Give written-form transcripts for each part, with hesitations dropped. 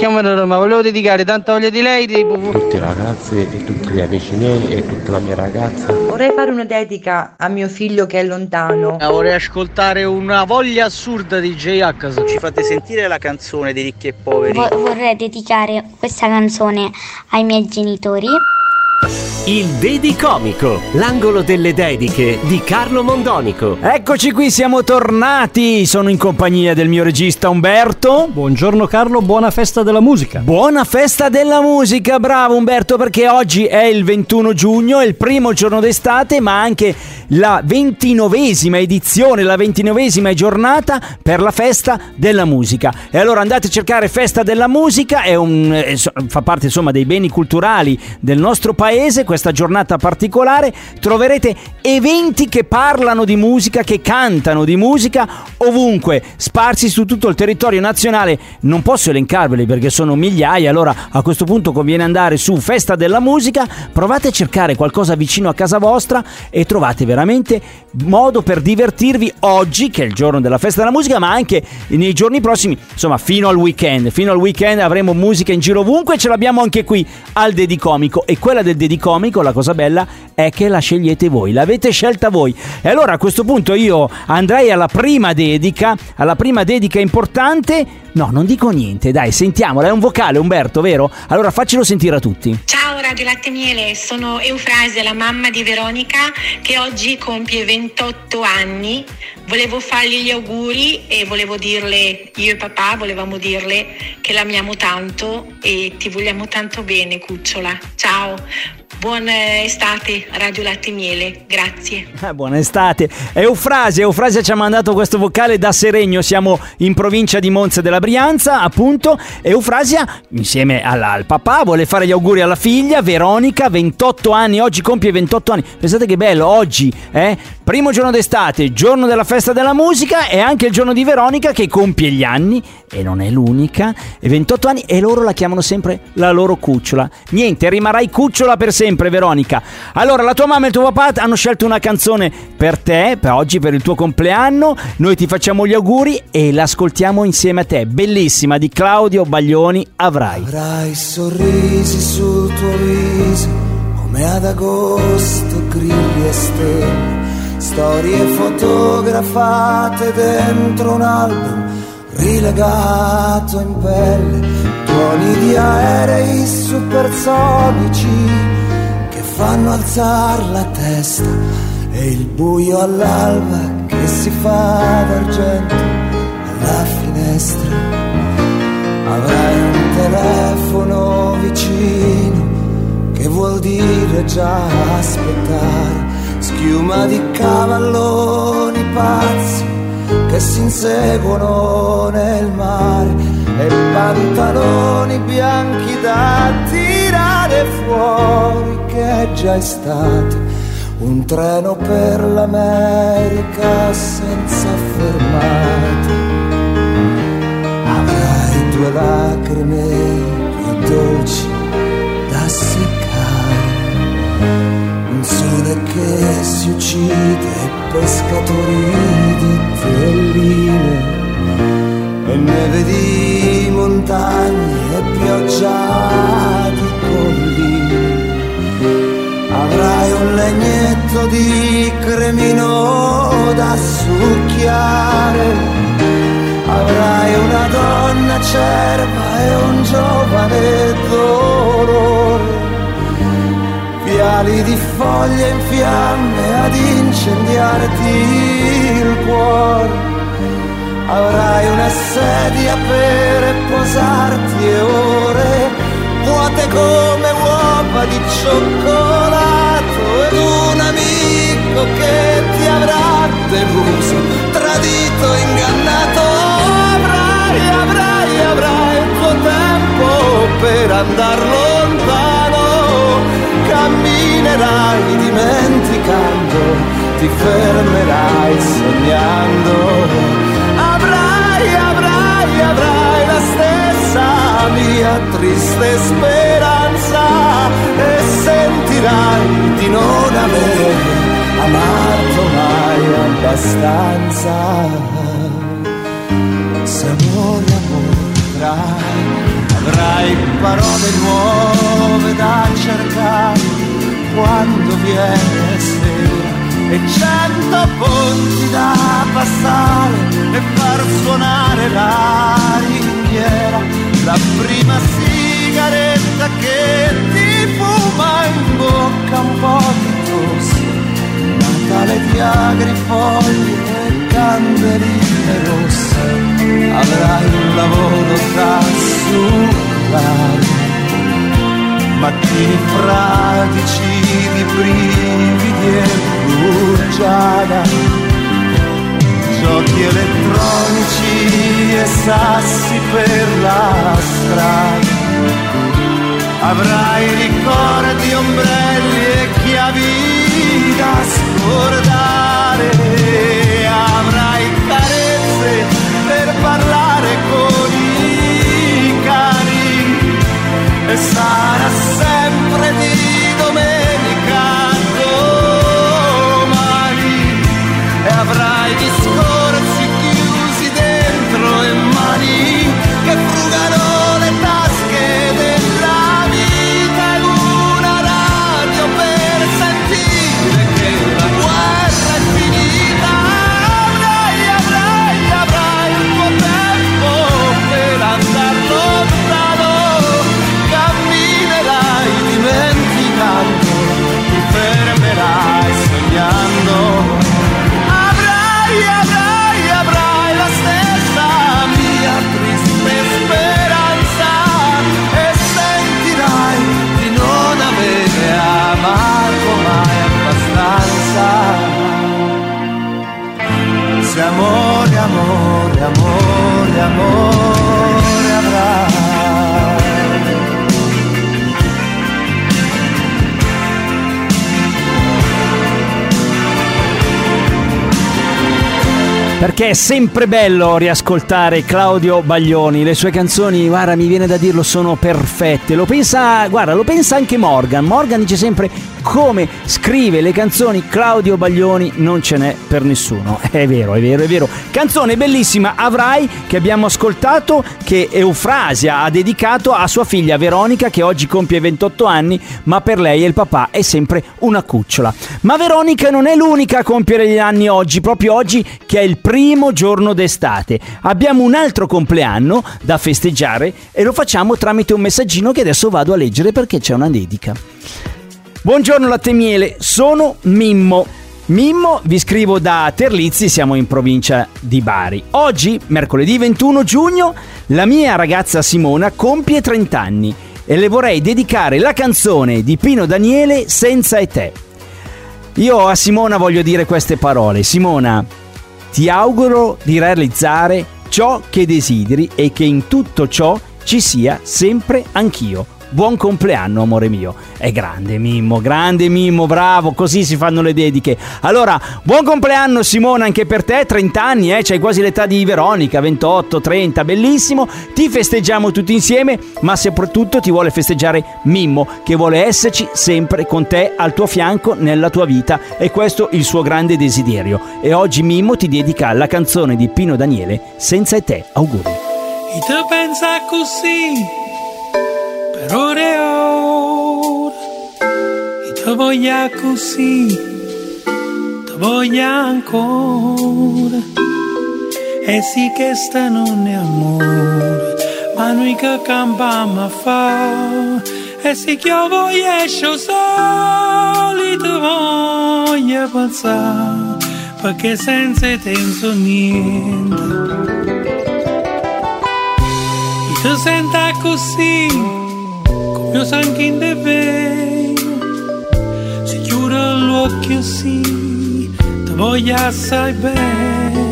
chiamare da Roma, volevo dedicare tanta voglia di lei tutti i ragazzi e tutti gli amici miei e tutta la mia ragazza. Vorrei fare una dedica a mio figlio che è lontano. Vorrei ascoltare una voglia assurda di J-H. Ci fate sentire la canzone dei ricchi e poveri? Vorrei dedicare questa canzone ai miei genitori. Il Dedicomico, l'angolo delle dediche di Carlo Mondonico. Eccoci qui, siamo tornati. Sono in compagnia del mio regista Umberto. Buongiorno Carlo, buona festa della musica. Buona festa della musica, bravo Umberto, perché oggi è il 21 giugno, è il primo giorno d'estate, ma anche la 29esima edizione, la 29esima giornata per la festa della musica. E allora andate a cercare Festa della Musica, fa parte insomma dei beni culturali del nostro paese. Questa giornata particolare troverete eventi che parlano di musica, che cantano di musica ovunque, sparsi su tutto il territorio nazionale. Non posso elencarveli perché sono migliaia, allora a questo punto conviene andare su Festa della Musica, provate a cercare qualcosa vicino a casa vostra e trovate veramente modo per divertirvi oggi, che è il giorno della Festa della Musica, ma anche nei giorni prossimi, insomma fino al weekend avremo musica in giro ovunque, ce l'abbiamo anche qui al Dedicomico. E quella del Dedicomico, la cosa bella è che la scegliete voi, l'avete scelta voi. E allora a questo punto io andrei alla prima dedica importante. No, non dico niente, dai, sentiamola, è un vocale Umberto, vero? Allora faccelo sentire a tutti. Ciao Radio Latte Miele, sono Eufrasia, la mamma di Veronica che oggi compie 28 anni. Volevo fargli gli auguri e volevo dirle, io e papà volevamo dirle che l'amiamo tanto e ti vogliamo tanto bene, cucciola. Ciao. Buona estate Radio Latte Miele, grazie. Buona estate. Eufrasia ci ha mandato questo vocale da Seregno, siamo in provincia di Monza della Brianza, appunto. Eufrasia, insieme al papà, vuole fare gli auguri alla figlia Veronica, 28 anni, oggi compie 28 anni. Pensate che bello, oggi, primo giorno d'estate, giorno della festa della musica e anche il giorno di Veronica che compie gli anni, e non è l'unica, e 28 anni, e loro la chiamano sempre la loro cucciola. Niente, rimarrai cucciola per sempre, Veronica. Allora la tua mamma e il tuo papà hanno scelto una canzone per te, per oggi, per il tuo compleanno. Noi ti facciamo gli auguri e l'ascoltiamo insieme a te, bellissima, di Claudio Baglioni, Avrai. Avrai sorrisi sul tuo viso come ad agosto, grilli e stelle, storie fotografate dentro un album rilegato in pelle, tuoni di aerei supersonici che fanno alzar la testa e il buio all'alba che si fa d'argento alla finestra. Avrai un telefono vicino che vuol dire già aspettare, schiuma di cavalloni pazzi che si inseguono nel mare e pantaloni bianchi da tirare fuori, che è già estate, un treno per l'America senza fermate. Avrai due lacrime più dolci da seccare, un sole che si uccide, pescatori di telline e neve di montagne e pioggia di colline. Avrai un legnetto di cremino da succhiare, avrai una donna acerba e un giovane dolore, viali di foglie in fiamme ad incendiarti il cuore. Avrai una sedia per posarti e ore vuote come uova di cioccolato ed un amico che ti avrà deluso, tradito, ingannato. Avrai il tuo tempo per andar lontano, camminerai dimenticando, ti fermerai sognando. Avrai la stessa mia triste speranza e sentirai di non aver amato mai abbastanza. Se amore, amore, avrai parole nuove da cercare quando viene sera e 100 ponti da passare e far suonare la ringhiera, la prima sigaretta che ti fuma in bocca un po' di tosse, Natale di agrifoglie e candeline rosse, avrai un lavoro da sudare, mattini fradici di brividi e rugiada, giochi elettronici e sassi per la strada, avrai ricordi, ombrelli e chiavi da scordare, avrai carezze per parlare con i cani e sarà sempre di domenica domani e avrai discorsi chiusi dentro e mani che frugano le tasche della vita e una radio per sentire che la guerra è finita. Avrai il tuo tempo per andar lontano, camminerai dimenticando, ti fermerai sognando. Avrai la stessa mia triste speranza e sentirai di non avere amato mai abbastanza. Se amore, amore, amore, amore avrai. Perché è sempre bello riascoltare Claudio Baglioni, le sue canzoni, guarda, mi viene da dirlo, sono perfette. Lo pensa anche Morgan. Morgan dice sempre: come scrive le canzoni Claudio Baglioni non ce n'è per nessuno. È vero. Canzone bellissima, Avrai, che abbiamo ascoltato, che Eufrasia ha dedicato a sua figlia Veronica, che oggi compie 28 anni, ma per lei e il papà è sempre una cucciola. Ma Veronica non è l'unica a compiere gli anni oggi, proprio oggi che è il primo giorno d'estate. Abbiamo un altro compleanno da festeggiare e lo facciamo tramite un messaggino che adesso vado a leggere perché c'è una dedica. Buongiorno latte e miele, sono Mimmo, vi scrivo da Terlizzi, siamo in provincia di Bari. Oggi, mercoledì 21 giugno, la mia ragazza Simona compie 30 anni e le vorrei dedicare la canzone di Pino Daniele, Senza e te. Io a Simona voglio dire queste parole: Simona, ti auguro di realizzare ciò che desideri e che in tutto ciò ci sia sempre anch'io. Buon compleanno, amore mio. È grande Mimmo, bravo, così si fanno le dediche. Allora, buon compleanno Simona anche per te, 30 anni, c'hai quasi l'età di Veronica, 28, 30, bellissimo. Ti festeggiamo tutti insieme, ma soprattutto ti vuole festeggiare Mimmo, che vuole esserci sempre con te, al tuo fianco, nella tua vita, e questo il suo grande desiderio. E oggi Mimmo ti dedica la canzone di Pino Daniele, Senza e te. Auguri. E te pensa così per ore e ore, e te voglia così, te voglia ancora, e sì che sta non è amore, ma noi che cambiamo a fare, e sì che io voglio esce soli, te voglio pensare, perché senza te non so niente, e te senta così, io sangue in de veno, se chiudo l'occhio sì, ti voglio assai bene,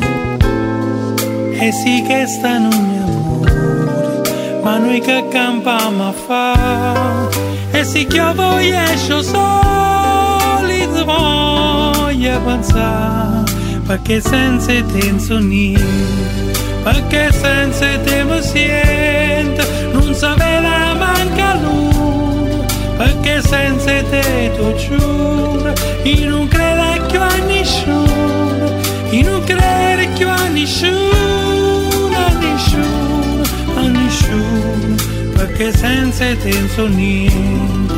e sì che sta non è amore, ma noi che cambiamo a fare, e sì che io voglio esce soli, ti voglio pensare, perché senza te non so niente, perché senza te mi sento, non sapere manca lui, perché senza te tu giuro, io non credo più a nessuno, io non credo più a nessuno, a nessuno, a nessuno, perché senza te non so niente.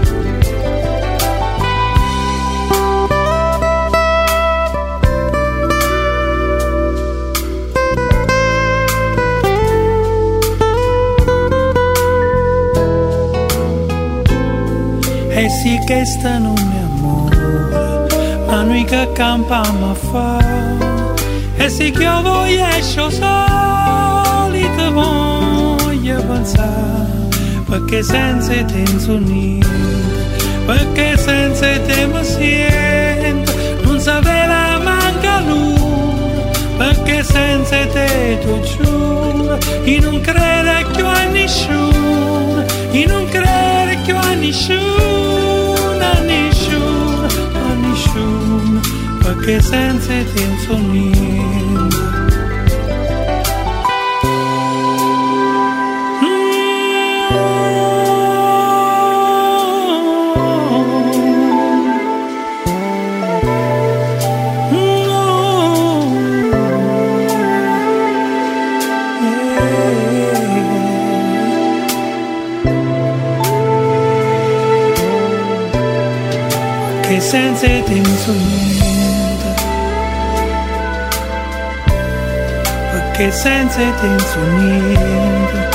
E sì che sta non è amore, ma noi che campiamo a fare. E sì che io voglio esco solito, voglio pensare, perché senza te non so niente, perché senza te mi sento, non sapeva manca lui, perché senza te tu giuro, io non credo più a nessuno, io non credo più a nessuno, a nessuno, a nessuno, perché senza te non so niente. Che senza te non so niente, perché senza te non so niente.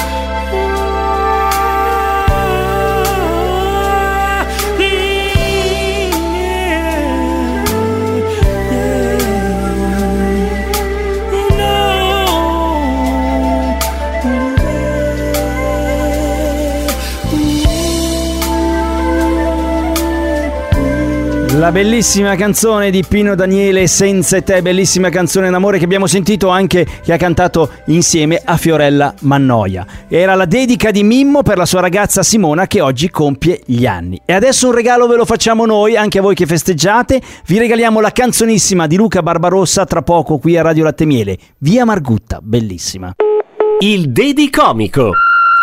La bellissima canzone di Pino Daniele, Senza te, bellissima canzone d'amore che abbiamo sentito anche, che ha cantato insieme a Fiorella Mannoia. Era la dedica di Mimmo per la sua ragazza Simona che oggi compie gli anni. E adesso un regalo ve lo facciamo noi, anche a voi che festeggiate. Vi regaliamo la canzonissima di Luca Barbarossa tra poco qui a Radio Latte Miele, Via Margutta, bellissima. Il Dedicomico.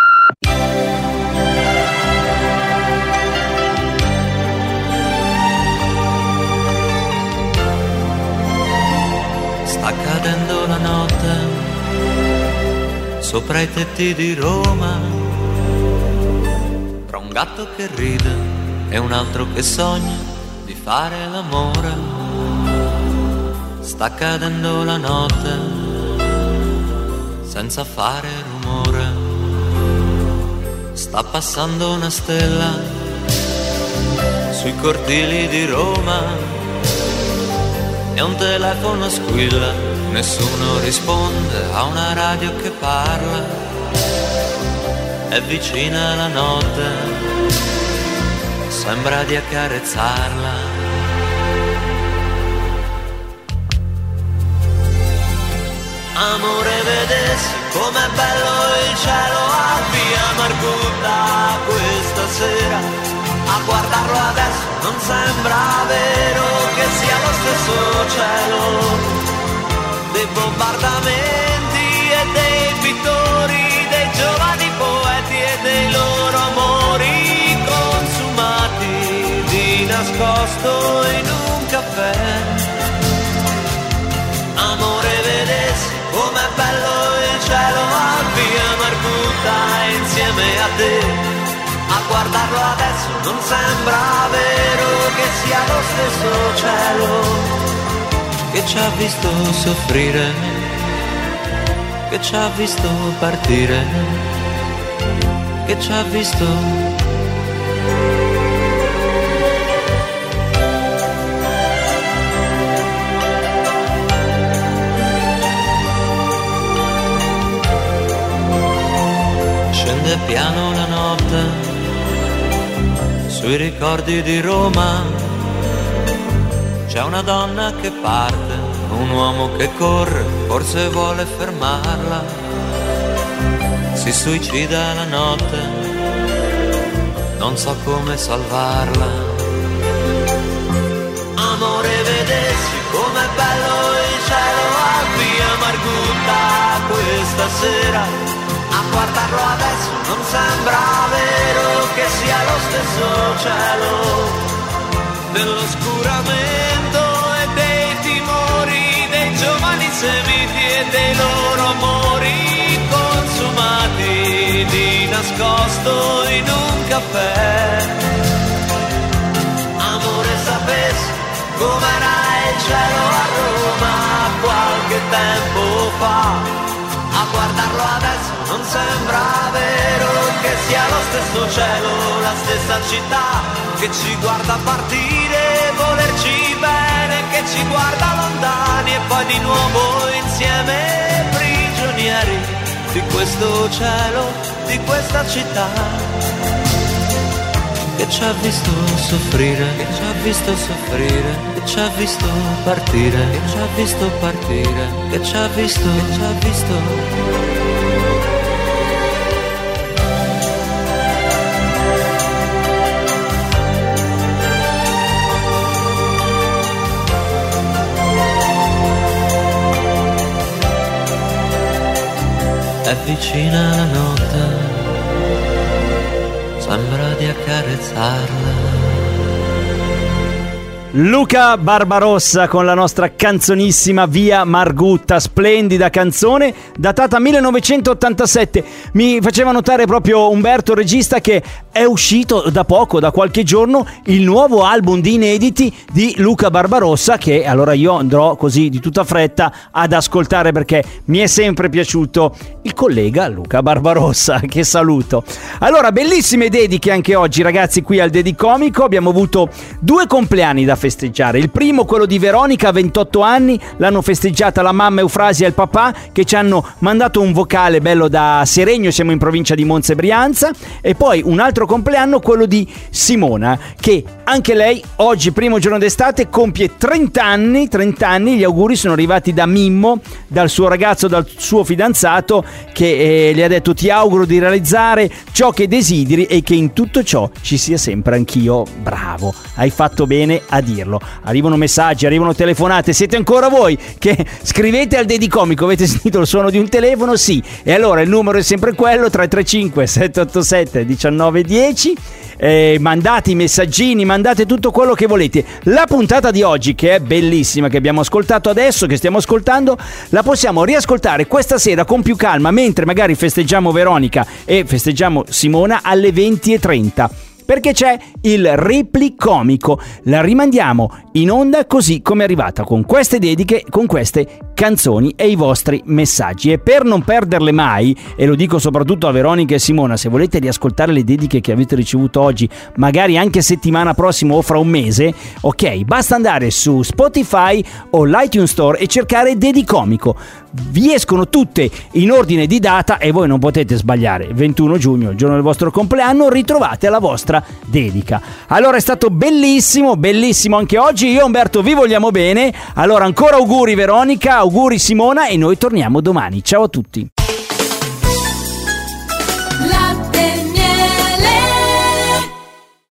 Sta cadendo la notte sopra i tetti di Roma, tra un gatto che ride e un altro che sogna di fare l'amore. Sta cadendo la notte senza fare rumore, sta passando una stella sui cortili di Roma. E un telefono squilla, nessuno risponde a una radio che parla. È vicina la notte, sembra di accarezzarla. Amore, vedessi com'è bello il cielo a Via Margutta questa sera. A guardarlo adesso non sembra vero che sia lo stesso cielo dei bombardamenti e dei pittori, dei giovani poeti e dei loro amori consumati di nascosto in un caffè. Amore, vedessi com'è bello il cielo a Via Margutta insieme a te. A guardarlo adesso non sembra vero che sia lo stesso cielo che ci ha visto soffrire, che ci ha visto partire, che ci ha visto. Scende piano la notte sui ricordi di Roma, c'è una donna che parte, un uomo che corre, forse vuole fermarla, si suicida la notte, non so come salvarla. Amore, vedessi com'è bello il cielo a Via Margutta questa sera. A guardarlo adesso non sembra vero che sia lo stesso cielo dell'oscuramento e dei timori dei giovani semiti e dei loro amori consumati di lì nascosto in un caffè. Amore, sapessi com'era il cielo a Roma qualche tempo fa. A guardarlo adesso non sembra vero che sia lo stesso cielo, la stessa città che ci guarda partire, volerci bene, che ci guarda lontani e poi di nuovo insieme prigionieri di questo cielo, di questa città che ci ha visto soffrire, che ci ha visto soffrire, che ci ha visto partire, che ci ha visto partire, che ci ha visto, che ci ha visto. È vicina la notte, sembra di accarezzarla. Luca Barbarossa con la nostra canzonissima Via Margutta, splendida canzone datata 1987. Mi faceva notare proprio Umberto, regista, che è uscito da poco, da qualche giorno, il nuovo album di inediti di Luca Barbarossa, che allora io andrò così di tutta fretta ad ascoltare perché mi è sempre piaciuto il collega Luca Barbarossa, che saluto. Allora, bellissime dediche anche oggi, ragazzi, qui al Dedicomico. Abbiamo avuto 2 compleanni da festeggiare. Il primo, quello di Veronica, 28 anni, l'hanno festeggiata la mamma Eufrasia e il papà, che ci hanno mandato un vocale bello da Seregno, siamo in provincia di Monza e Brianza. E poi un altro compleanno, quello di Simona, che anche lei oggi, primo giorno d'estate, compie 30 anni. Gli auguri sono arrivati da Mimmo, dal suo ragazzo, dal suo fidanzato, che le ha detto: ti auguro di realizzare ciò che desideri e che in tutto ciò ci sia sempre anch'io. Bravo, hai fatto bene a dirlo. Arrivano messaggi, arrivano telefonate. Siete ancora voi che scrivete al Dedicomico? Avete sentito il suono di un telefono? Sì. E allora il numero è sempre quello: 335 787 1910. Mandate i messaggini, mandate tutto quello che volete. La puntata di oggi, che è bellissima, che abbiamo ascoltato adesso, che stiamo ascoltando, la possiamo riascoltare questa sera con più calma, mentre magari festeggiamo Veronica e festeggiamo Simona alle 20:30. Perché c'è il Repli Comico. La rimandiamo in onda così come è arrivata, con queste dediche, con queste canzoni e i vostri messaggi. E per non perderle mai, e lo dico soprattutto a Veronica e Simona, se volete riascoltare le dediche che avete ricevuto oggi, magari anche settimana prossima o fra un mese, ok, basta andare su Spotify o l'iTunes Store e cercare Dedicomico. Vi escono tutte in ordine di data e voi non potete sbagliare. 21 giugno, il giorno del vostro compleanno, ritrovate la vostra dedica. Allora, è stato bellissimo, bellissimo anche oggi. Io e Umberto vi vogliamo bene. Allora, ancora auguri Veronica, auguri Simona, e noi torniamo domani. Ciao a tutti.